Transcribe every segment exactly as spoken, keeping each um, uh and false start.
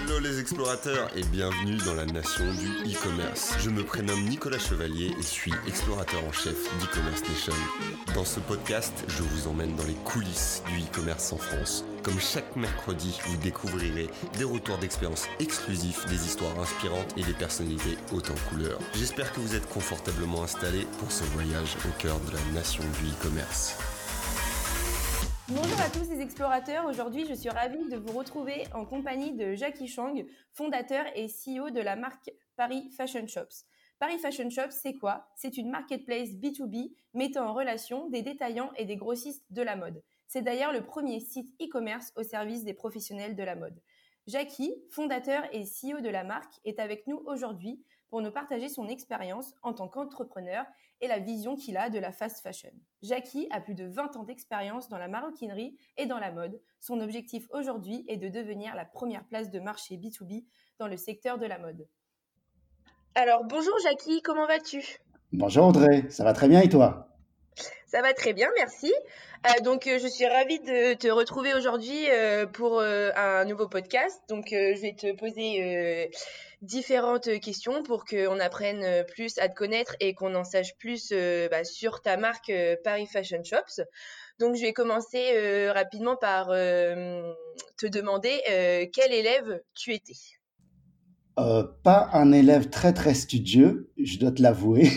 Hello les explorateurs et bienvenue dans la nation du e-commerce. Je me prénomme Nicolas Chevalier et suis explorateur en chef d'e-commerce nation. Dans ce podcast, je vous emmène dans les coulisses du e-commerce en France. Comme chaque mercredi, vous découvrirez des retours d'expériences exclusifs, des histoires inspirantes et des personnalités hautes en couleurs. J'espère que vous êtes confortablement installés pour ce voyage au cœur de la nation du e-commerce. Bonjour à tous les explorateurs, aujourd'hui je suis ravie de vous retrouver en compagnie de Jackie Chang, fondateur et C E O de la marque Paris Fashion Shops. Paris Fashion Shops, c'est quoi ? C'est une marketplace B deux B mettant en relation des détaillants et des grossistes de la mode. C'est d'ailleurs le premier site e-commerce au service des professionnels de la mode. Jackie, fondateur et C E O de la marque, est avec nous aujourd'hui pour nous partager son expérience en tant qu'entrepreneur et la vision qu'il a de la fast fashion. Jackie a plus de vingt ans d'expérience dans la maroquinerie et dans la mode. Son objectif aujourd'hui est de devenir la première place de marché B deux B dans le secteur de la mode. Alors bonjour Jackie, comment vas-tu ? Bonjour Audrey, ça va très bien et toi ? Ça va très bien, merci. Euh, donc, euh, je suis ravie de te retrouver aujourd'hui euh, pour euh, un nouveau podcast. Donc, euh, je vais te poser euh, différentes questions pour qu'on apprenne plus à te connaître et qu'on en sache plus euh, bah, sur ta marque euh, Paris Fashion Shops. Donc, je vais commencer euh, rapidement par euh, te demander euh, quel élève tu étais. Euh, pas un élève très très studieux, je dois te l'avouer,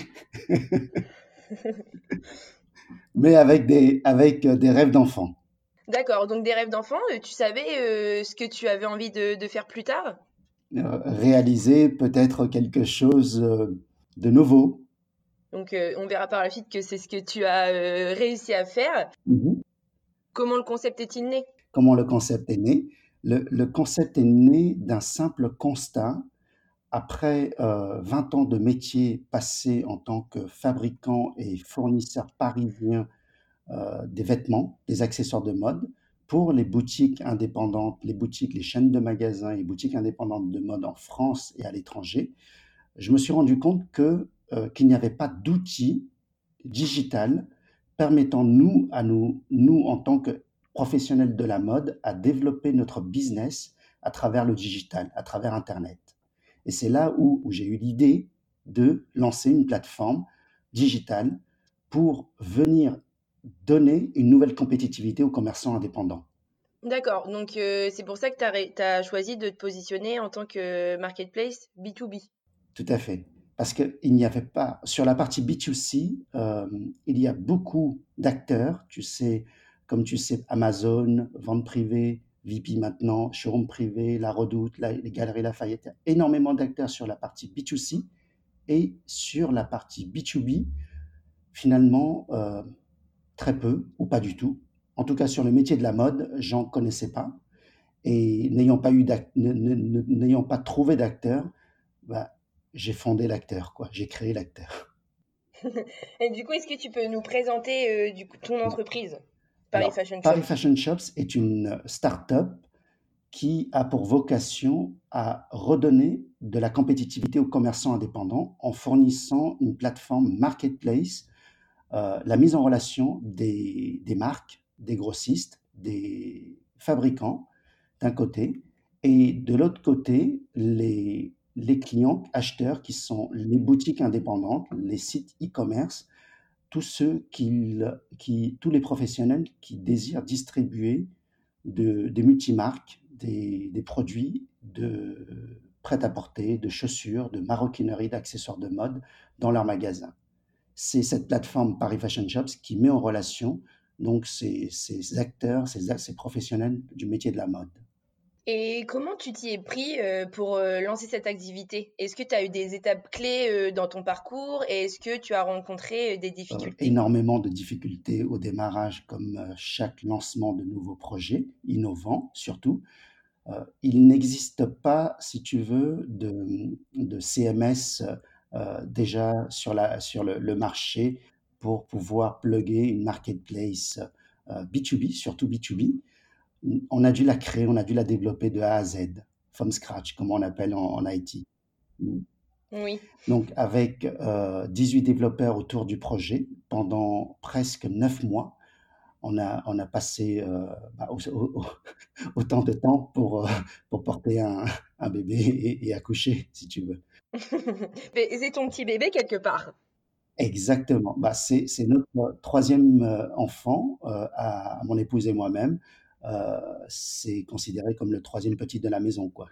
mais avec des, avec euh, des rêves d'enfant. D'accord, donc des rêves d'enfant, euh, tu savais euh, ce que tu avais envie de, de faire plus tard ? Euh, réaliser peut-être quelque chose euh, de nouveau. Donc, euh, on verra par la suite que c'est ce que tu as euh, réussi à faire. Mhm. Comment le concept est-il né ? Comment le concept est né ? Le, le concept est né d'un simple constat. Après euh, vingt ans de métier passé en tant que fabricant et fournisseur parisien euh, des vêtements, des accessoires de mode, pour les boutiques indépendantes, les boutiques, les chaînes de magasins et boutiques indépendantes de mode en France et à l'étranger, je me suis rendu compte que, euh, qu'il n'y avait pas d'outil digital permettant nous, à nous, nous, en tant que professionnels de la mode, à développer notre business à travers le digital, à travers Internet. Et c'est là où, où j'ai eu l'idée de lancer une plateforme digitale pour venir donner une nouvelle compétitivité aux commerçants indépendants. D'accord, donc euh, c'est pour ça que tu as, ré- t'as choisi de te positionner en tant que marketplace B deux B. Tout à fait. Parce qu'il n'y avait pas, sur la partie B deux C, euh, il y a beaucoup d'acteurs. Tu sais, comme tu sais, Amazon, vente privée, V P maintenant, showroom privé, La Redoute, la- les Galeries Lafayette. Il y a énormément d'acteurs sur la partie B deux C. Et sur la partie B deux B, finalement, euh, très peu ou pas du tout. En tout cas, sur le métier de la mode, j'en connaissais pas. Et n'ayant pas eu d'ac- ne- ne- ne- n'ayant pas trouvé d'acteur, bah, j'ai fondé l'acteur, quoi. J'ai créé l'acteur. Et du coup, est-ce que tu peux nous présenter euh, du coup, ton entreprise, Paris Alors, Fashion Paris Shops ? Fashion Shops est une start-up qui a pour vocation à redonner de la compétitivité aux commerçants indépendants en fournissant une plateforme marketplace, euh, la mise en relation des, des marques, des grossistes, des fabricants d'un côté, et de l'autre côté, les, les clients acheteurs qui sont les boutiques indépendantes, les sites e-commerce, tous ceux qui, qui, tous les professionnels qui désirent distribuer de, des multimarques, des, des produits de prêt-à-porter, de chaussures, de maroquinerie, d'accessoires de mode dans leurs magasins. C'est cette plateforme Paris Fashion Shops qui met en relation donc ces, ces acteurs, ces, ces professionnels du métier de la mode. Et comment tu t'y es pris euh, pour euh, lancer cette activité ? Est-ce que tu as eu des étapes clés euh, dans ton parcours et est-ce que tu as rencontré euh, des Euh, difficultés ? énormément de difficultés au démarrage, comme euh, chaque lancement de nouveaux projets, innovants surtout. Euh, il n'existe pas, si tu veux, de, de C M S euh, déjà sur, la, sur le, le marché pour pouvoir plugger une marketplace euh, B deux B, surtout B deux B. On a dû la créer, on a dû la développer de A à Z, from scratch, comme on appelle en, en I T. Oui. Donc, avec euh, dix-huit développeurs autour du projet pendant presque neuf mois, on a, on a passé euh, bah, au- au- autant de temps pour, euh, pour porter un, un bébé et, et accoucher, si tu veux. Mais c'est ton petit bébé quelque part. Exactement. Bah, c'est, c'est notre troisième euh, enfant euh, à, à mon épouse et moi-même. Euh, c'est considéré comme le troisième petit de la maison, quoi.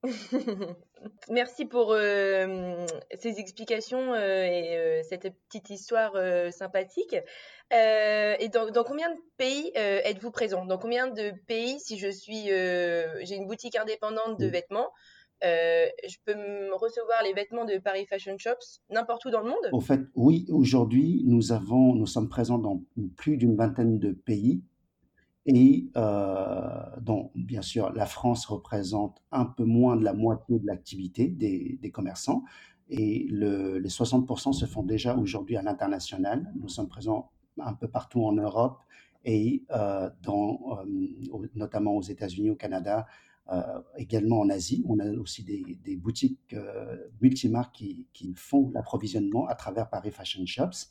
Merci pour euh, ces explications euh, et euh, cette petite histoire euh, sympathique. Euh, et dans, dans combien de pays euh, êtes-vous présent? Dans combien de pays, si je suis, euh, j'ai une boutique indépendante de vêtements, euh, je peux me recevoir les vêtements de Paris Fashion Shops n'importe où dans le monde? Au fait, oui, aujourd'hui, nous avons, nous sommes présents dans plus d'une vingtaine de pays et euh, dont, bien sûr, la France représente un peu moins de la moitié de l'activité des, des commerçants et le- les soixante pour cent se font déjà aujourd'hui à l'international. Nous sommes présents un peu partout en Europe et euh, dans, euh, au- notamment aux États-Unis, au Canada, euh, également en Asie. On a aussi des, des boutiques euh, multimarques qui, qui font l'approvisionnement à travers Paris Fashion Shops.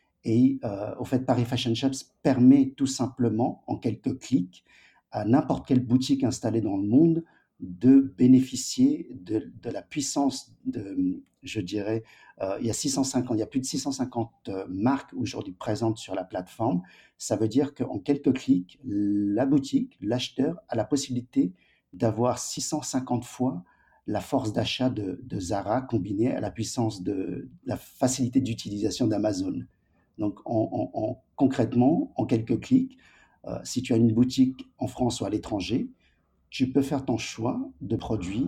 Et euh, au fait, Paris Fashion Shops permet tout simplement, en quelques clics, à n'importe quelle boutique installée dans le monde de bénéficier de, de la puissance de, je dirais, euh, il y a six cent cinquante, il y a plus de six cent cinquante euh, marques aujourd'hui présentes sur la plateforme. Ça veut dire qu'en quelques clics, la boutique, l'acheteur a la possibilité d'avoir six cent cinquante fois la force d'achat de, de Zara combinée à la puissance de la facilité d'utilisation d'Amazon. Donc, en, en- en- concrètement, en quelques clics, euh, si tu as une boutique en France ou à l'étranger, tu peux faire ton choix de produit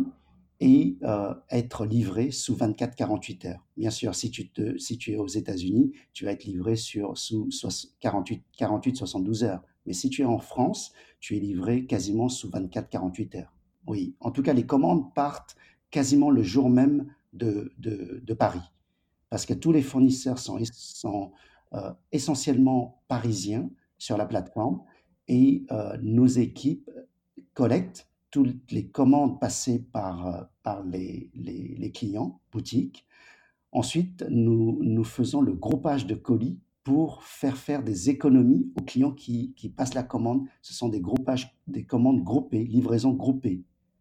et euh, être livré sous vingt-quatre à quarante-huit heures. Bien sûr, si tu, te, si tu es aux États-Unis, tu vas être livré sur, sous quarante-huit, quarante-huit soixante-douze heures. Mais si tu es en France, tu es livré quasiment sous vingt-quatre à quarante-huit heures. Oui, en tout cas, les commandes partent quasiment le jour même de, de, de Paris parce que tous les fournisseurs sont, sont euh, essentiellement parisiens sur la plateforme et euh, nos équipes collectent toutes les commandes passées par, euh, par les, les, les clients, boutiques. Ensuite, nous, nous faisons le groupage de colis pour faire faire des économies aux clients qui, qui passent la commande. Ce sont des groupages, des commandes groupées, livraisons groupées.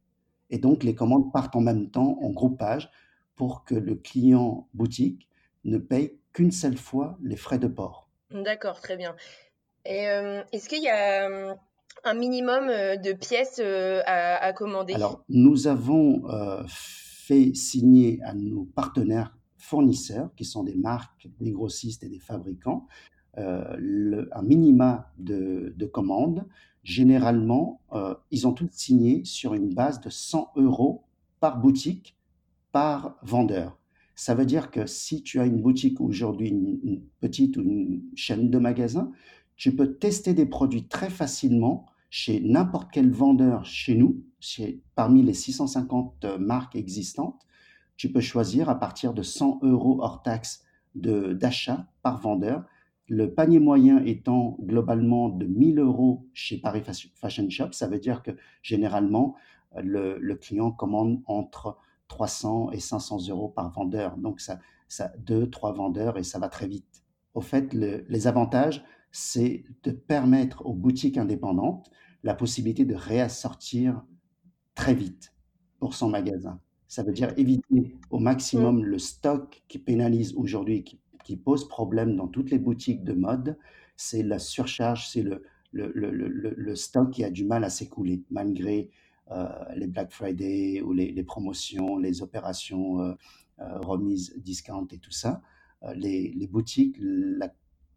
Et donc, les commandes partent en même temps, en groupage, pour que le client boutique ne paye qu'une seule fois les frais de port. D'accord, très bien. Et euh, est-ce qu'il y a euh, un minimum euh, de pièces euh, à, à commander? Alors, nous avons euh, fait signer à nos partenaires fournisseurs, qui sont des marques, des grossistes et des fabricants, euh, le- un minima de, de commandes. Généralement, euh, ils ont tous signé sur une base de cent euros par boutique, par vendeur. Ça veut dire que si tu as une boutique aujourd'hui, une, une petite ou une chaîne de magasins, tu peux tester des produits très facilement chez n'importe quel vendeur chez nous, chez, parmi les six cent cinquante marques existantes. Tu peux choisir à partir de cent euros hors taxe de- d'achat par vendeur. Le panier moyen étant globalement de mille euros chez Paris Fashion Shop, ça veut dire que généralement, le, le client commande entre trois cents et cinq cents euros par vendeur. Donc, ça, ça deux, trois vendeurs et ça va très vite. Au fait, le- les avantages, c'est de permettre aux boutiques indépendantes la possibilité de réassortir très vite pour son magasin. Ça veut dire éviter au Mm. maximum le stock qui pénalise aujourd'hui, qui, qui pose problème dans toutes les boutiques de mode. C'est la surcharge, c'est le, le, le, le, le stock qui a du mal à s'écouler malgré euh, les Black Friday ou les, les promotions, les opérations euh, euh, remises, discount et tout ça. Euh, les, les boutiques, la,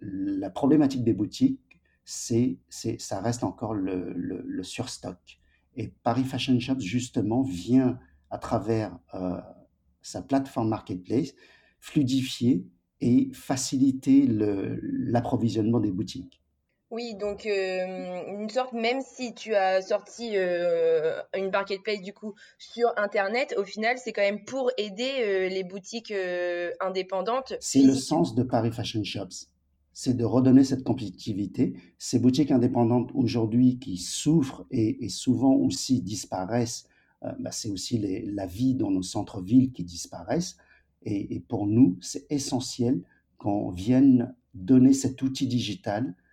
la problématique des boutiques, c'est, c'est, ça reste encore le, le, le surstock. Et Paris Fashion Shops, justement, vient à travers euh, sa plateforme marketplace fluidifier et faciliter le- l'approvisionnement des boutiques. Oui, donc euh, une sorte, même si tu as sorti euh, une marketplace du coup sur Internet, au final, c'est quand même pour aider euh, les boutiques euh, indépendantes C'est le physiques. sens de Paris Fashion Shops. C'est de redonner cette compétitivité. Ces boutiques indépendantes aujourd'hui qui souffrent et, et souvent aussi disparaissent, euh, bah, c'est aussi les- la vie dans nos centres-villes qui disparaissent. Et, et pour nous, c'est essentiel qu'on vienne donner cet outil digital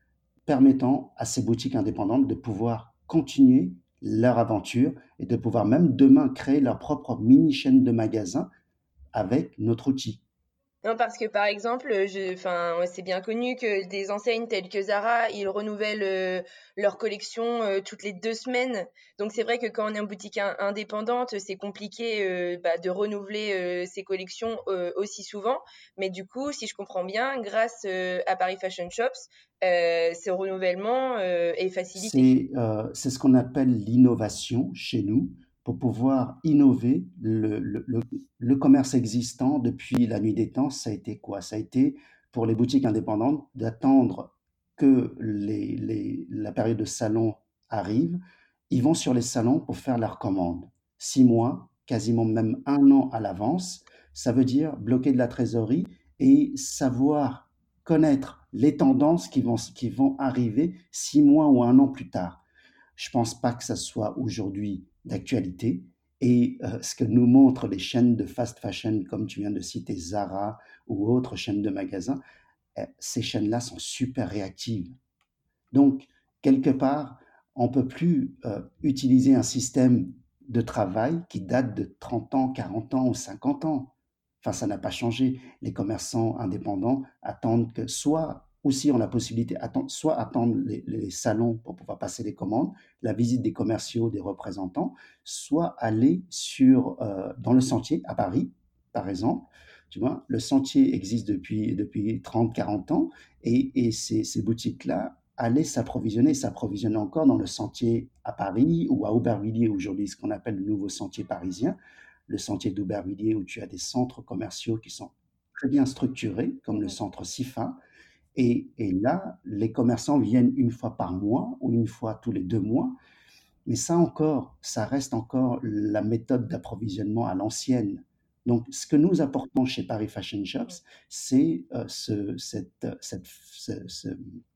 permettant à ces boutiques indépendantes de pouvoir continuer leur aventure et de pouvoir même demain créer leur propre mini chaîne de magasins avec notre outil. Non, parce que par exemple, je, enfin, c'est bien connu que des enseignes telles que Zara, ils renouvellent euh, leur collection euh, toutes les deux semaines. Donc c'est vrai que quand on est en boutique in- indépendante, c'est compliqué euh, bah, de renouveler euh, ses collections euh, aussi souvent. Mais du coup, si je comprends bien, grâce euh, à Paris Fashion Shops, euh, ce renouvellement euh, est facilité. C'est euh, c'est ce qu'on appelle l'innovation chez nous pour pouvoir innover le, le, le, le commerce existant depuis la nuit des temps. Ça a été quoi? Ça a été pour les boutiques indépendantes d'attendre que les, les, la période de salon arrive. Ils vont sur les salons pour faire leurs commandes. Six mois, quasiment même un an à l'avance. Ça veut dire bloquer de la trésorerie et savoir connaître les tendances qui vont, qui vont arriver six mois ou un an plus tard. Je ne pense pas que ça soit aujourd'hui d'actualité. Et euh, ce que nous montrent les chaînes de fast fashion, comme tu viens de citer Zara ou autres chaînes de magasins, euh, ces chaînes-là sont super réactives. Donc, quelque part, on ne peut plus euh, utiliser un système de travail qui date de trente ans, quarante ans ou cinquante ans. Enfin, ça n'a pas changé. Les commerçants indépendants attendent que soit aussi on a la possibilité, attendre, soit attendre les, les salons pour pouvoir passer les commandes, la visite des commerciaux, des représentants, soit aller sur, euh, dans le sentier à Paris, par exemple. Tu vois, le sentier existe depuis, depuis trente, quarante ans et, et ces, ces boutiques-là allaient s'approvisionner, s'approvisionner encore dans le sentier à Paris ou à Aubervilliers aujourd'hui, ce qu'on appelle le nouveau sentier parisien, le sentier d'Aubervilliers où tu as des centres commerciaux qui sont très bien structurés, comme le Mhm. centre SIFA. Et, et là, les commerçants viennent une fois par mois ou une fois tous les deux mois. Mais ça encore, ça reste encore la méthode d'approvisionnement à l'ancienne. Donc, ce que nous apportons chez Paris Fashion Shops, c'est euh, ce, cette, cette, ce, ce,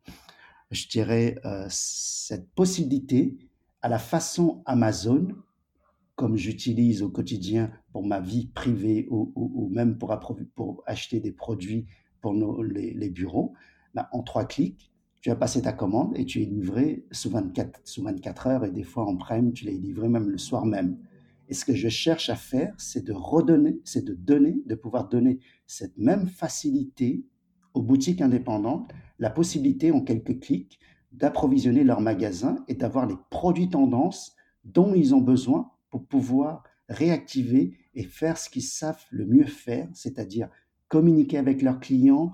je dirais, euh, cette possibilité à la façon Amazon, comme j'utilise au quotidien pour ma vie privée ou, ou, ou même pour, pour, acheter des produits pour nos, les, les, bureaux, ben, en trois clics, tu as passé ta commande et tu es livré sous vingt-quatre, sous vingt-quatre heures et des fois en prime, tu l'es livré même le soir même. Et ce que je cherche à faire, c'est de redonner, c'est de donner, de pouvoir donner cette même facilité aux boutiques indépendantes, la possibilité en quelques clics d'approvisionner leur magasin et d'avoir les produits tendances dont ils ont besoin pour pouvoir réactiver et faire ce qu'ils savent le mieux faire, c'est-à-dire communiquer avec leurs clients.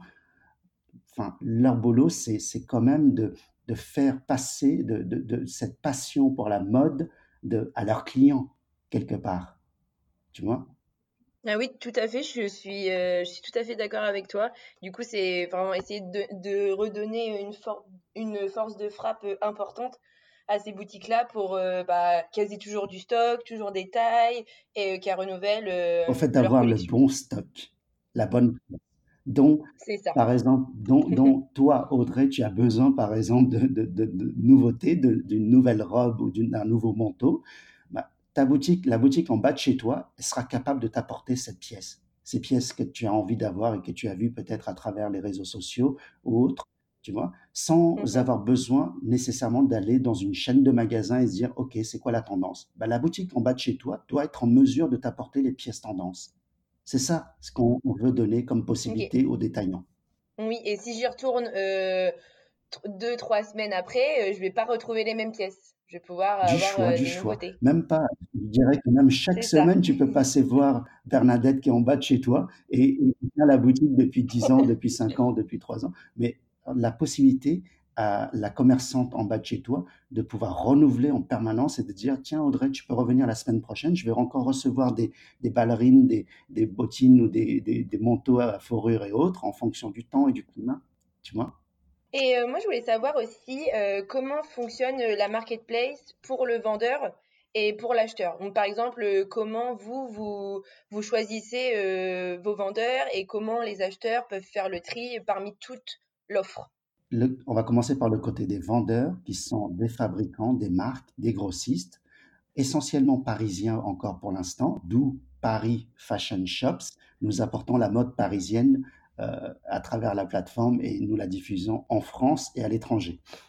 Enfin, leur boulot, c'est, c'est quand même de, de faire passer de, de, de cette passion pour la mode de, à leurs clients, quelque part. Tu vois? Ah oui, tout à fait, je suis, euh, je suis tout à fait d'accord avec toi. Du coup, c'est vraiment essayer de, de redonner une, for- une force de frappe euh, importante à ces boutiques-là pour euh, bah, quasi toujours du stock, toujours des tailles et euh, qui renouvellent Au euh, fait leur d'avoir le collection. bon stock, la bonne dont, C'est ça. par exemple, dont, dont toi, Audrey, tu as besoin, par exemple, de, de, de, de nouveautés, de- d'une nouvelle robe ou d'une- d'un nouveau manteau, bah, ta boutique, la boutique en bas de chez toi, elle sera capable de t'apporter cette pièce, ces pièces que tu as envie d'avoir et que tu as vues peut-être à travers les réseaux sociaux ou autres, tu vois, sans Mhm. avoir besoin nécessairement d'aller dans une chaîne de magasins et se dire, OK, c'est quoi la tendance? Bah, la boutique en bas de chez toi doit être en mesure de t'apporter les pièces tendances. C'est ça ce qu'on veut donner comme Ok. possibilité aux détaillants. Oui, et si j'y retourne euh, tr- deux, trois semaines après, euh, je vais pas retrouver les mêmes pièces. Je vais pouvoir Du avoir choix, euh, du des choix. nouveautés. Même pas, je dirais que même chaque C'est ça. semaine, tu peux passer voir Bernadette qui est en bas de chez toi et, et qui tient la boutique depuis dix ans, depuis cinq ans, depuis trois ans. Mais la possibilité à la commerçante en bas de chez toi de pouvoir renouveler en permanence et de dire, tiens Audrey, tu peux revenir la semaine prochaine, je vais encore recevoir des, des ballerines, des, des bottines ou des, des, des manteaux à fourrure et autres en fonction du temps et du climat. Tu vois? Et euh, moi, je voulais savoir aussi euh, comment fonctionne euh, la marketplace pour le vendeur et pour l'acheteur. Donc, par exemple, euh, comment vous, vous, vous choisissez euh, vos vendeurs et comment les acheteurs peuvent faire le tri parmi toute l'offre. Le- on va commencer par le côté des vendeurs, qui sont des fabricants, des marques, des grossistes, essentiellement parisiens encore pour l'instant, d'où Paris Fashion Shops. Nous apportons la mode parisienne euh, à travers la plateforme et nous la diffusons en France et à l'étranger.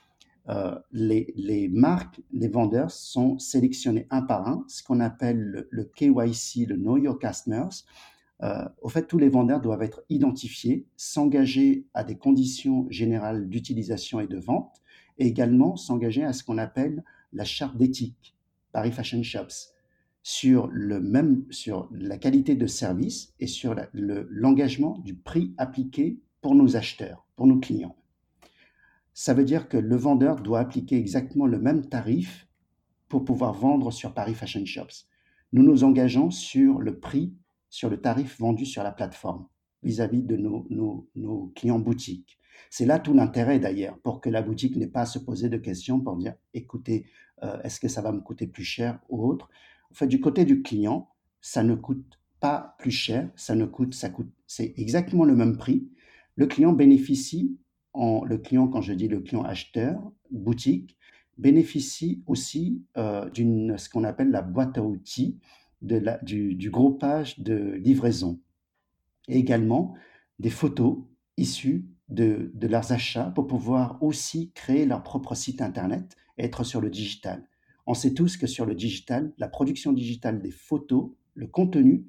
euh, les, les marques, les vendeurs sont sélectionnés un par un, ce qu'on appelle le, le K Y C, le Know Your Customers. Euh, au fait, tous les vendeurs doivent être identifiés, s'engager à des conditions générales d'utilisation et de vente, et également s'engager à ce qu'on appelle la charte d'éthique Paris Fashion Shops sur, le même, sur la qualité de service et sur la, le, l'engagement du prix appliqué pour nos acheteurs, pour nos clients. Ça veut dire que le vendeur doit appliquer exactement le même tarif pour pouvoir vendre sur Paris Fashion Shops. Nous nous engageons sur le prix, sur le tarif vendu sur la plateforme vis-à-vis de nos, nos, nos clients boutiques. C'est là tout l'intérêt d'ailleurs, pour que la boutique n'ait pas à se poser de questions pour dire, écoutez, euh, est-ce que ça va me coûter plus cher ou autre. En fait, du côté du client, ça ne coûte pas plus cher, ça ne coûte, ça coûte, c'est exactement le même prix. Le client bénéficie, en, le client, quand je dis le client acheteur, boutique, bénéficie aussi euh, d'une ce qu'on appelle la boîte à outils de la, du, du groupage de livraison et également des photos issues de, de leurs achats pour pouvoir aussi créer leur propre site internet et être sur le digital. On sait tous que sur le digital, la production digitale des photos, le contenu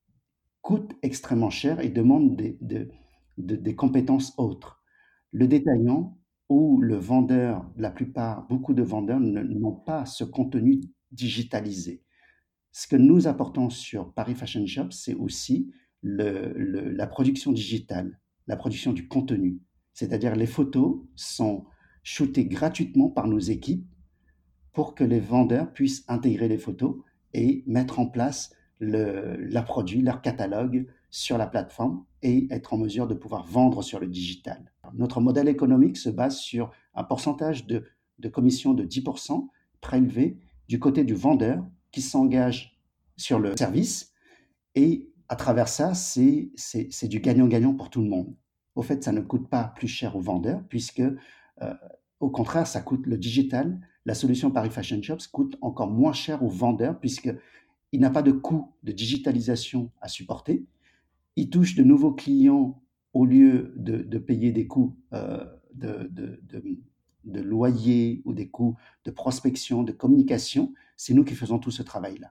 coûte extrêmement cher et demande des, de, de, des compétences autres. Le détaillant ou le vendeur, la plupart, beaucoup de vendeurs n'ont pas ce contenu digitalisé. Ce que nous apportons sur Paris Fashion Shop, c'est aussi le, le, la production digitale, la production du contenu. C'est-à-dire les photos sont shootées gratuitement par nos équipes pour que les vendeurs puissent intégrer les photos et mettre en place le, leur produit, leur catalogue sur la plateforme et être en mesure de pouvoir vendre sur le digital. Notre modèle économique se base sur un pourcentage de, de commission de dix pour cent prélevé du côté du vendeur qui s'engage sur le service et à travers ça, c'est, c'est, c'est du gagnant-gagnant pour tout le monde. Au fait, ça ne coûte pas plus cher au vendeur puisque, euh, au contraire, ça coûte le digital. La solution Paris Fashion Shops coûte encore moins cher au vendeur puisqu'il n'a pas de coût de digitalisation à supporter. Il touche de nouveaux clients au lieu de, de payer des coûts euh, de, de, de, de loyer ou des coûts de prospection, de communication. C'est nous qui faisons tout ce travail-là.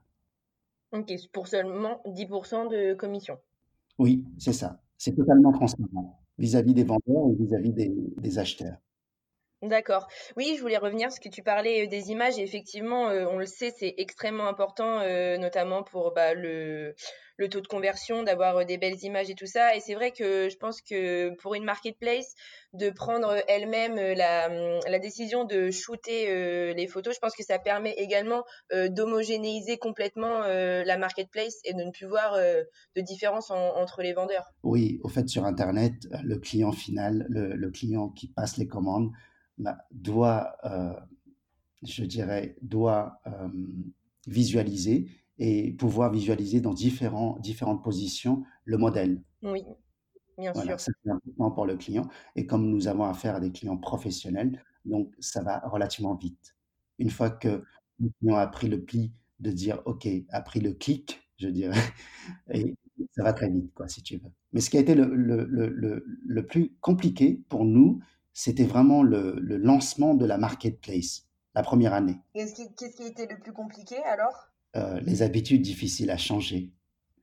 Ok, pour seulement dix pour cent de commission. Oui, c'est ça. C'est totalement transparent vis-à-vis des vendeurs et vis-à-vis des, des acheteurs. D'accord. Oui, je voulais revenir parce que tu parlais des images et effectivement, euh, on le sait, c'est extrêmement important, euh, notamment pour bah, le, le taux de conversion, d'avoir des belles images et tout ça. Et c'est vrai que je pense que pour une marketplace, de prendre elle-même la, la décision de shooter euh, les photos, je pense que ça permet également euh, d'homogénéiser complètement euh, la marketplace et de ne plus voir euh, de différence en- entre les vendeurs. Oui, au fait, sur Internet, le client final, le, le client qui passe les commandes, bah, doit, euh, je dirais, doit euh, visualiser et pouvoir visualiser dans différents, différentes positions le modèle. Oui, bien Voilà, sûr. ça c'est important pour le client. Et comme nous avons affaire à des clients professionnels, donc ça va relativement vite. Une fois que le client a pris le pli de dire OK, a pris le clic, je dirais, et ça va très vite, quoi, si tu veux. Mais ce qui a été le, le, le, le, le plus compliqué pour nous, c'était vraiment le, le lancement de la marketplace, la première année. Qu'est-ce qui, qu'est-ce qui était le plus compliqué alors? Euh, les habitudes difficiles à changer.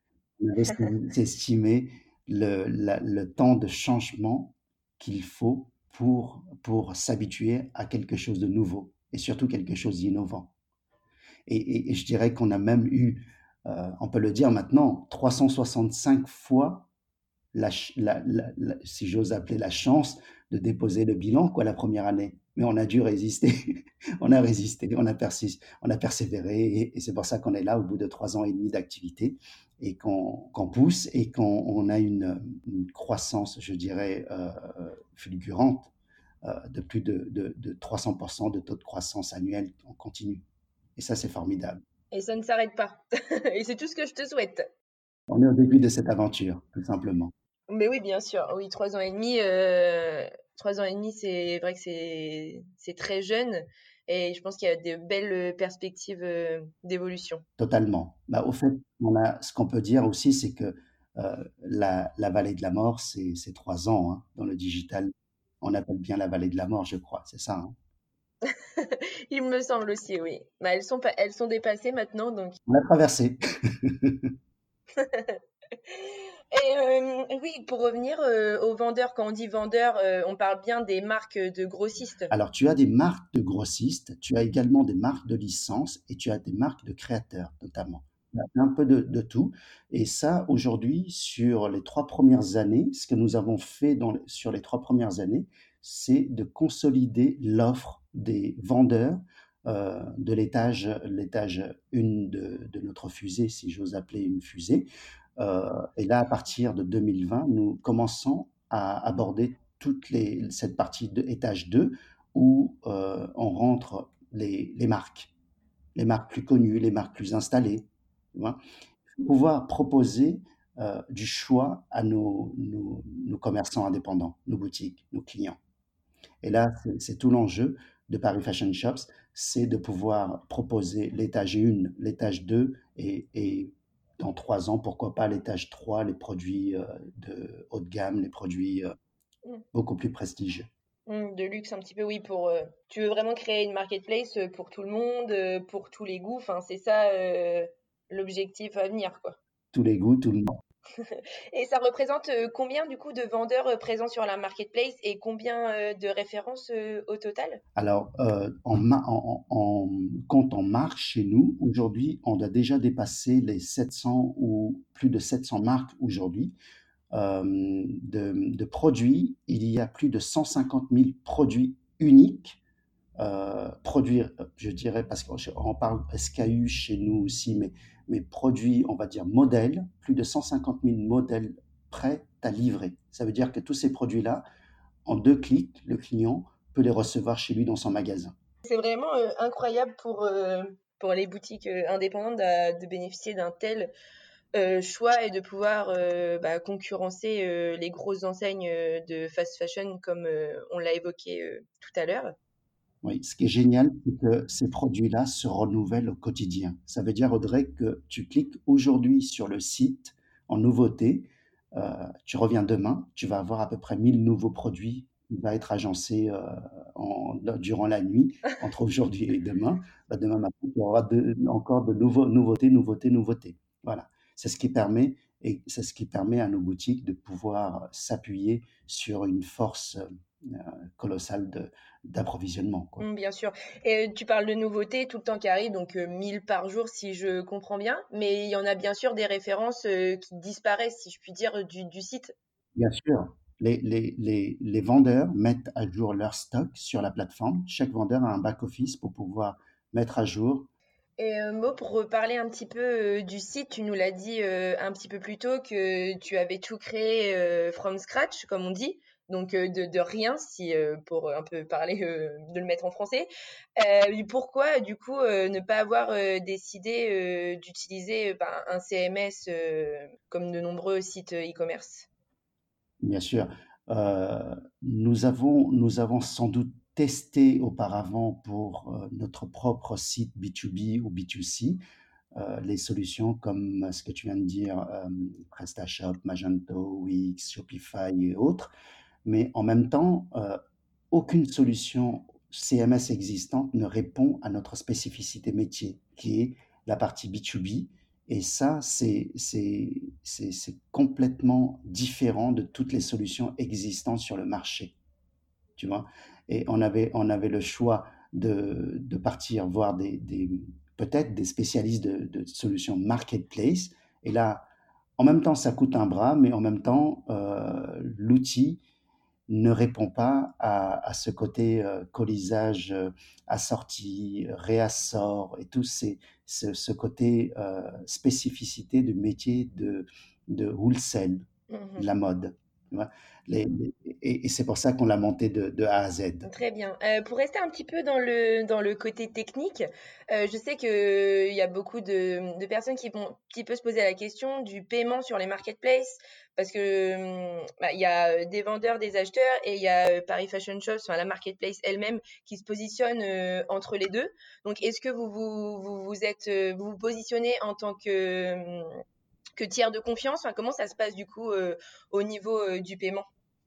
On avait estimé le, la- le temps de changement qu'il faut pour, pour s'habituer à quelque chose de nouveau et surtout quelque chose d'innovant. Et, et- et je dirais qu'on a même eu, euh, on peut le dire maintenant, trois cent soixante-cinq fois, la, ch- la- la- la- si j'ose appeler la chance de déposer le bilan, quoi, la première année. Mais on a dû résister, on a résisté, on a, persis- on a persévéré, et, et c'est pour ça qu'on est là au bout de trois ans et demi d'activité, et qu'on qu'on pousse, et qu'on on a une, une croissance, je dirais, euh, fulgurante, euh, de plus de, de, de trois cents pour cent de taux de croissance annuel en continu. Et ça, c'est formidable. Et ça ne s'arrête pas. Et c'est tout ce que je te souhaite. On est au début de cette aventure, tout simplement. Mais oui, bien sûr. Oui, trois ans et demi, euh, trois ans et demi, c'est vrai que c'est c'est très jeune. Et je pense qu'il y a de belles perspectives euh, d'évolution. Totalement. Bah, au fait, on a, ce qu'on peut dire aussi, c'est que euh, la, la vallée de la mort, c'est c'est trois ans hein, dans le digital. On appelle bien la vallée de la mort, je crois, c'est ça. Hein. Il me semble aussi, oui. Bah, elles sont, pas, elles sont dépassées maintenant, donc. On l'a traversé. Et euh, oui, pour revenir euh, aux vendeurs, quand on dit vendeurs, euh, on parle bien des marques de grossistes. Alors, tu as des marques de grossistes, tu as également des marques de licence et tu as des marques de créateurs, notamment. Il y a un peu de, de tout. Et ça, aujourd'hui, sur les trois premières années, ce que nous avons fait dans, sur les trois premières années, c'est de consolider l'offre des vendeurs euh, de l'étage, l'étage un de, de notre fusée, si j'ose appeler une fusée. Euh, et là, à partir de deux mille vingt, nous commençons à aborder toute les, cette partie de étage deux où euh, on rentre les, les marques, les marques plus connues, les marques plus installées. Tu vois. Pouvoir proposer euh, du choix à nos, nos, nos commerçants indépendants, nos boutiques, nos clients. Et là, c'est, c'est tout l'enjeu de Paris Fashion Shops, c'est de pouvoir proposer l'étage un, l'étage deux et, et dans trois ans, pourquoi pas l'étage trois, les produits euh, de haut de gamme, les produits euh, Mm. beaucoup plus prestigieux. Mm, de luxe un petit peu, oui. Pour, euh, tu veux vraiment créer une marketplace euh, pour tout le monde, euh, pour tous les goûts. Enfin, c'est ça euh, l'objectif à venir, quoi. Tous les goûts, tout le monde. Et ça représente euh, combien du coup de vendeurs euh, présents sur la marketplace et combien euh, de références euh, au total? Alors, euh, en, ma- en, en- en- quand on marque chez nous, aujourd'hui, on a déjà dépassé les sept cents ou plus de sept cents marques aujourd'hui. Euh, de, de produits, il y a plus de cent cinquante mille produits uniques. Euh, produits, je dirais, parce qu'on parle S K U chez nous aussi, mais, mais produits, on va dire modèles, plus de cent cinquante mille modèles prêts à livrer. Ça veut dire que tous ces produits-là, en deux clics, le client peut les recevoir chez lui dans son magasin. C'est vraiment euh, incroyable pour, euh, pour les boutiques euh, indépendantes de, de bénéficier d'un tel euh, choix et de pouvoir euh, bah, concurrencer euh, les grosses enseignes euh, de fast fashion comme euh, on l'a évoqué euh, tout à l'heure. Oui, ce qui est génial, c'est que ces produits-là se renouvellent au quotidien. Ça veut dire, Audrey, que tu cliques aujourd'hui sur le site en nouveauté, euh, tu reviens demain, tu vas avoir à peu près mille nouveaux produits qui vont être agencés euh, en- durant la nuit, entre aujourd'hui et demain. Bah, demain matin, tu auras de- encore de nouveaux, nouveautés, nouveautés, nouveautés. Voilà. C'est ce qui permet, et c'est ce qui permet à nos boutiques de pouvoir s'appuyer sur une force euh, colossale de, d'approvisionnement, quoi. Mm, bien sûr. Et euh, tu parles de nouveautés tout le temps qui arrivent, donc euh, mille par jour si je comprends bien, mais il y en a bien sûr des références euh, qui disparaissent, si je puis dire, du, du site. Bien sûr, les, les, les, les vendeurs mettent à jour leur stock sur la plateforme. Chaque vendeur a un back-office pour pouvoir mettre à jour. Et euh, Mo, pour reparler un petit peu euh, du site, tu nous l'as dit euh, un petit peu plus tôt que tu avais tout créé euh, from scratch, comme on dit, donc euh, de, de rien, si euh, pour un peu parler, euh, de le mettre en français. Euh, pourquoi, du coup, euh, ne pas avoir euh, décidé euh, d'utiliser euh, ben, un C M S euh, comme de nombreux sites euh, e-commerce? Bien sûr, euh, nous avons, nous avons sans doute testé auparavant pour euh, notre propre site B deux B ou B deux C euh, les solutions comme ce que tu viens de dire, euh, PrestaShop, Magento, Wix, Shopify et autres. Mais en même temps, euh, aucune solution C M S existante ne répond à notre spécificité métier, qui est la partie B deux B. Et ça, c'est, c'est, c'est, c'est complètement différent de toutes les solutions existantes sur le marché, tu vois. Et on avait, on avait le choix de, de partir voir des, des, peut-être des spécialistes de, de solutions marketplace. Et là, en même temps, ça coûte un bras, mais en même temps, euh, l'outil ne répond pas à, à ce côté euh, colisage euh, assorti, réassort et tout ces, ce, ce côté euh, spécificité du métier de, de wholesale, de Mhm. la mode. Tu vois. Les- les- et, et c'est pour ça qu'on l'a monté de, de A à Z. Très bien. Euh, pour rester un petit peu dans le, dans le côté technique, euh, je sais qu'il y a beaucoup de, de personnes qui vont un petit peu se poser la question du paiement sur les marketplaces parce que hum, bah, il y a des vendeurs, des acheteurs et il y a euh, Paris Fashion Shops, enfin, la marketplace elle-même qui se positionne euh, entre les deux. Donc, est-ce que vous vous, vous, vous êtes, euh, vous vous positionnez en tant que, hum, que tiers de confiance? Enfin, comment ça se passe du coup euh, au niveau euh, du paiement?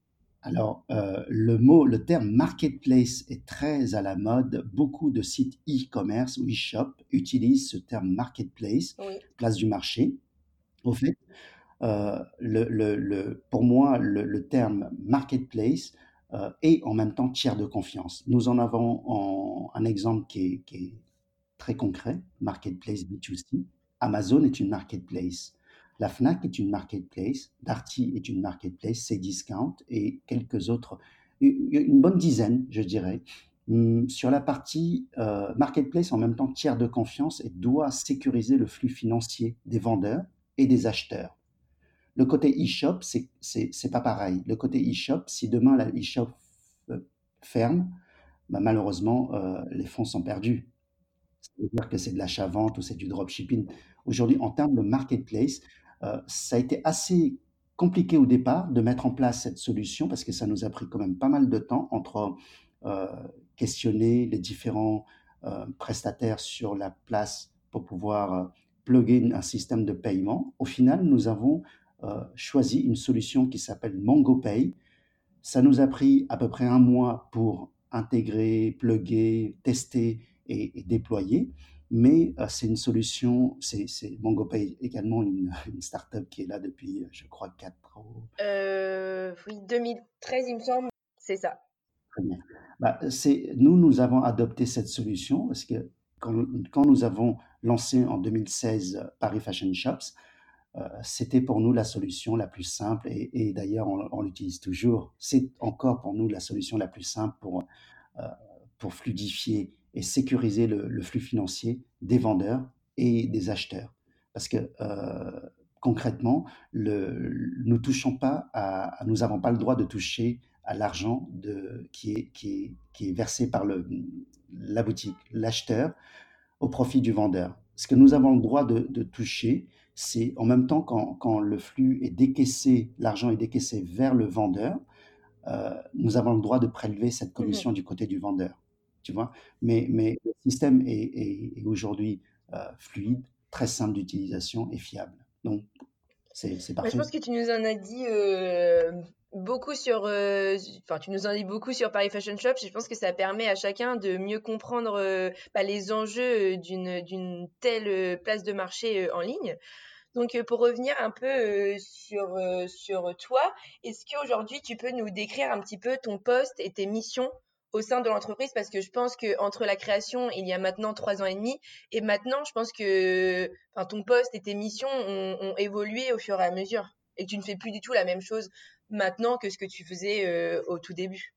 Alors, euh, le mot, le terme marketplace est très à la mode. Beaucoup de sites e-commerce ou e-shop utilisent ce terme marketplace, Oui. place du marché. Au fait, euh, le, le- le- pour moi, le, le terme marketplace euh, est en même temps tiers de confiance. Nous en avons en- un exemple qui est, qui est très concret, marketplace B deux C. Amazon est une marketplace. La Fnac est une marketplace. Darty est une marketplace. Cdiscount et quelques autres, une bonne dizaine, je dirais. Hum, Sur la partie euh, marketplace, en même temps tiers de confiance, et doit sécuriser le flux financier des vendeurs et des acheteurs. Le côté e-shop, c'est c'est c'est pas pareil. Le côté e-shop, si demain la e-shop euh, ferme, bah, malheureusement, euh, les fonds sont perdus. C'est-à-dire que c'est de l'achat-vente ou c'est du dropshipping. Aujourd'hui, en termes de marketplace, euh, ça a été assez compliqué au départ de mettre en place cette solution parce que ça nous a pris quand même pas mal de temps entre euh, questionner les différents euh, prestataires sur la place pour pouvoir euh, plugger un système de paiement. Au final, nous avons euh, choisi une solution qui s'appelle MongoPay. Ça nous a pris à peu près un mois pour intégrer, plugger, tester et, et déployer. Mais euh, c'est une solution, c'est, c'est MongoPay est également une, une startup qui est là depuis, je crois, quatre ans. Euh, oui, deux mille treize, il me semble. C'est ça. Très bien. Bah, c'est, nous, nous avons adopté cette solution parce que quand, quand nous avons lancé en deux mille seize Paris Fashion Shops, euh, c'était pour nous la solution la plus simple et, et d'ailleurs on, on l'utilise toujours. C'est encore pour nous la solution la plus simple pour, euh, pour fluidifier et sécuriser le, le flux financier des vendeurs et des acheteurs. Parce que euh, concrètement, le, nous touchons pas à, nous n'avons pas le droit de toucher à l'argent de, qui, est, qui, est, qui est versé par le, la boutique, l'acheteur, au profit du vendeur. Ce que nous avons le droit de, de toucher, c'est en même temps quand, quand le flux est décaissé, l'argent est décaissé vers le vendeur, euh, nous avons le droit de prélever cette Mhm. commission du côté du vendeur. Tu vois, mais, mais le système est, est, est aujourd'hui euh, fluide, très simple d'utilisation et fiable. Donc, c'est c'est Bah, je parfait. pense que tu nous en as dit euh, beaucoup sur, euh, enfin, tu nous en as dit beaucoup sur Paris Fashion Shop. Je pense que ça permet à chacun de mieux comprendre euh, bah, les enjeux euh, d'une d'une telle euh, place de marché euh, en ligne. Donc, euh, pour revenir un peu euh, sur euh, sur toi, est-ce qu'aujourd'hui tu peux nous décrire un petit peu ton poste et tes missions au sein de l'entreprise? Parce que je pense que entre la création il y a maintenant trois ans et demi et maintenant, je pense que enfin, ton poste et tes missions ont, ont évolué au fur et à mesure et que tu ne fais plus du tout la même chose maintenant que ce que tu faisais euh, au tout début.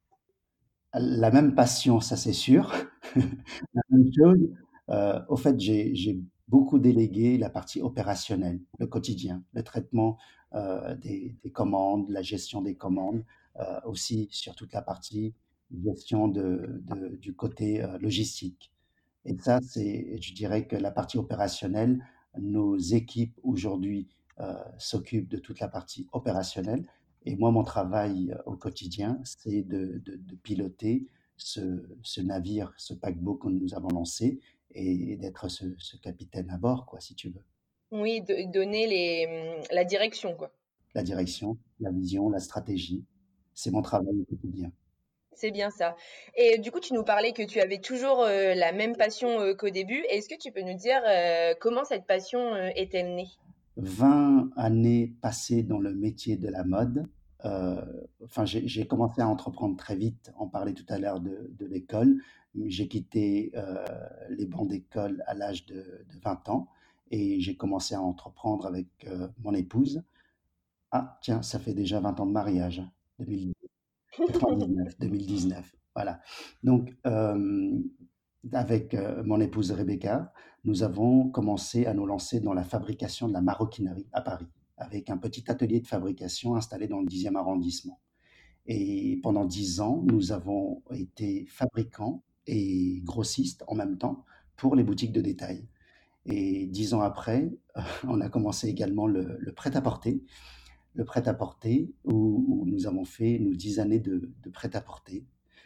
La même passion, ça c'est sûr. La même chose. Euh, au fait, j'ai j'ai beaucoup délégué la partie opérationnelle, le quotidien, le traitement euh, des, des commandes, la gestion des commandes, euh, aussi sur toute la partie gestion de, de- du côté euh, logistique. Et ça, c'est, je dirais que la partie opérationnelle, nos équipes aujourd'hui euh, s'occupent de toute la partie opérationnelle. Et moi, mon travail euh, au quotidien, c'est de, de- de piloter ce, ce navire, ce paquebot que nous avons lancé et d'être ce, ce capitaine à bord, quoi, si tu veux. Oui, de, donner les, hum, la direction, quoi. La direction, la vision, la stratégie, c'est mon travail au quotidien. C'est bien ça. Et du coup, tu nous parlais que tu avais toujours euh, la même passion euh, qu'au début. Est-ce que tu peux nous dire euh, comment cette passion euh, est-elle née? vingt années passées dans le métier de la mode. Euh, enfin, j'ai j'ai commencé à entreprendre très vite. On parlait tout à l'heure de, de l'école. J'ai quitté euh, les bancs d'école à l'âge de, de vingt ans et j'ai commencé à entreprendre avec euh, mon épouse. Ah, tiens, ça fait déjà vingt ans de mariage, deux mille quatre-vingt-dix-neuf, deux mille dix-neuf. Voilà. Donc, euh, avec euh, mon épouse Rebecca, nous avons commencé à nous lancer dans la fabrication de la maroquinerie à Paris, avec un petit atelier de fabrication installé dans le dixième arrondissement. Et pendant dix ans, nous avons été fabricants et grossistes en même temps pour les boutiques de détail. Et dix ans après, on a commencé également le, le prêt-à-porter, le prêt-à-porter où, où nous avons fait nos dix années de, de prêt-à-porter,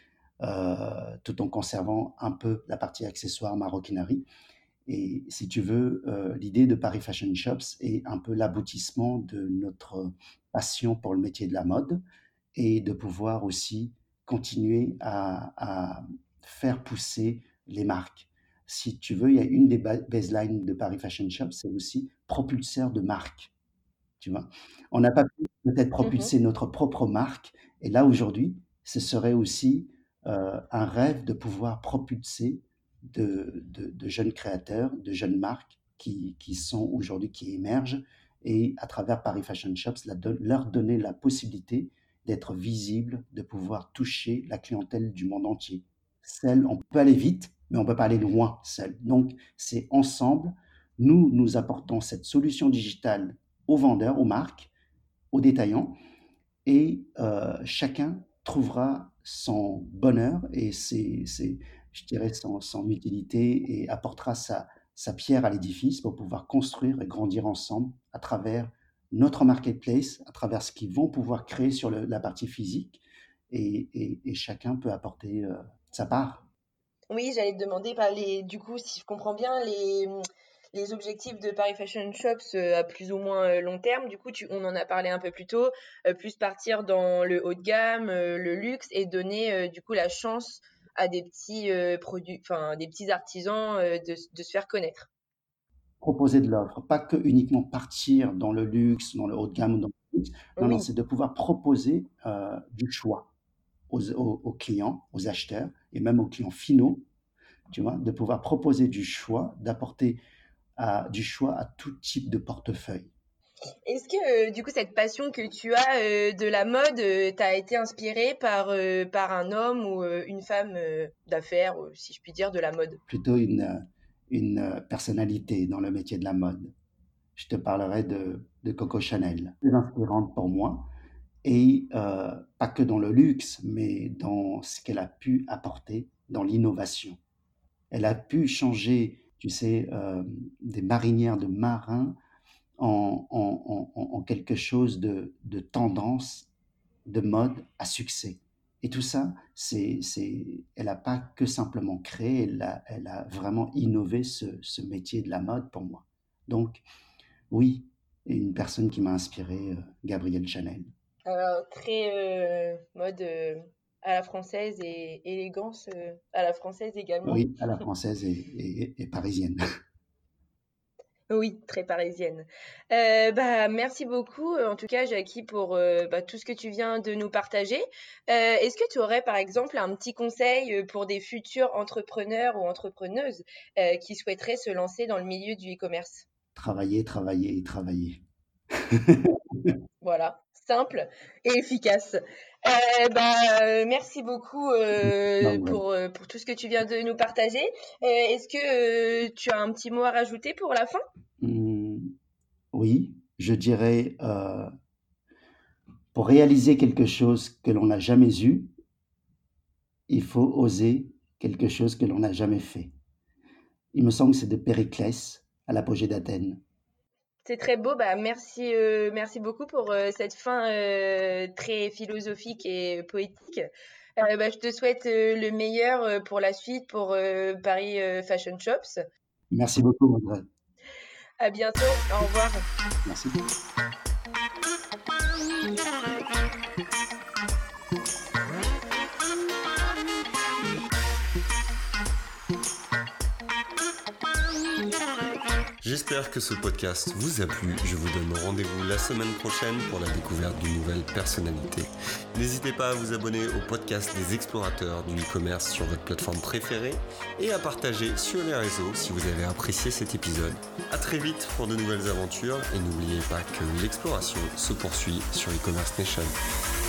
euh, tout en conservant un peu la partie accessoire maroquinerie. Et si tu veux, euh, l'idée de Paris Fashion Shops est un peu l'aboutissement de notre passion pour le métier de la mode et de pouvoir aussi continuer à, à faire pousser les marques. Si tu veux, il y a une des baselines de Paris Fashion Shop, c'est aussi propulseur de marque. Tu vois, on n'a pas pu peut-être propulser Mhm. notre propre marque. Et là, aujourd'hui, ce serait aussi euh, un rêve de pouvoir propulser de, de, de jeunes créateurs, de jeunes marques qui, qui sont aujourd'hui, qui émergent, et à travers Paris Fashion Shops, la, leur donner la possibilité d'être visibles, de pouvoir toucher la clientèle du monde entier. Seul, on peut aller vite, mais on ne peut pas aller loin seul. Donc, c'est ensemble. Nous, nous apportons cette solution digitale aux vendeurs, aux marques, aux détaillants, et euh, chacun trouvera son bonheur et ses, ses, je dirais son, son utilité, et apportera sa, sa pierre à l'édifice pour pouvoir construire et grandir ensemble à travers notre marketplace, à travers ce qu'ils vont pouvoir créer sur le, la partie physique, et, et, et chacun peut apporter euh, sa part. Oui, j'allais te demander, bah, les, du coup, si je comprends bien, les, les objectifs de Paris Fashion Shops euh, à plus ou moins euh, long terme, du coup, tu, on en a parlé un peu plus tôt, euh, plus partir dans le haut de gamme, euh, le luxe, et donner euh, du coup la chance à des petits euh, produits, enfin des petits artisans euh, de, de se faire connaître. Proposer de l'offre, pas que uniquement partir dans le luxe, dans le haut de gamme ou dans le luxe. Non, non, Oui. c'est de pouvoir proposer euh, du choix aux, aux, aux clients, aux acheteurs et même aux clients finaux, tu vois, de pouvoir proposer du choix, d'apporter à, du choix à tout type de portefeuille. Est-ce que euh, du coup cette passion que tu as euh, de la mode euh, t'a été inspirée par, euh, par un homme ou euh, une femme euh, d'affaires, euh, si je puis dire, de la mode? Plutôt une, une personnalité dans le métier de la mode. Je te parlerai de, de Coco Chanel, très inspirante pour moi, et euh, pas que dans le luxe, mais dans ce qu'elle a pu apporter dans l'innovation. Elle a pu changer, tu sais, euh, des marinières de marins en, en, en, en quelque chose de, de tendance, de mode à succès. Et tout ça, c'est, c'est, elle n'a pas que simplement créé, elle a, elle a vraiment innové ce, ce métier de la mode pour moi. Donc, oui, une personne qui m'a inspiré, euh, Gabrielle Chanel. Alors, très euh, mode euh, à la française et élégance euh, à la française également. Oui, à la française et, et, et parisienne. Oui, très parisienne. Euh, bah, merci beaucoup, euh, en tout cas, Jackie, pour euh, bah, tout ce que tu viens de nous partager. Euh, est-ce que tu aurais, par exemple, un petit conseil euh, pour des futurs entrepreneurs ou entrepreneuses euh, qui souhaiteraient se lancer dans le milieu du e-commerce? Travailler, travailler et travailler. Voilà, simple et efficace. Euh, bah, euh, merci beaucoup euh, Donc, voilà. pour, euh, pour tout ce que tu viens de nous partager. Euh, est-ce que euh, tu as un petit mot à rajouter pour la fin? Hum, oui, je dirais, euh, pour réaliser quelque chose que l'on n'a jamais eu, il faut oser quelque chose que l'on n'a jamais fait. Il me semble que c'est de Périclès à l'apogée d'Athènes. C'est très beau. Bah, merci, euh, merci beaucoup pour euh, cette fin euh, très philosophique et poétique. Euh, bah, je te souhaite euh, le meilleur euh, pour la suite pour euh, Paris euh, Fashion Shops. Merci beaucoup, Audrey. À bientôt. Au revoir. Merci. J'espère que ce podcast vous a plu. Je vous donne rendez-vous la semaine prochaine pour la découverte d'une nouvelle personnalité. N'hésitez pas à vous abonner au podcast des explorateurs du e-commerce sur votre plateforme préférée et à partager sur les réseaux si vous avez apprécié cet épisode. À très vite pour de nouvelles aventures et n'oubliez pas que l'exploration se poursuit sur e-commerce nation.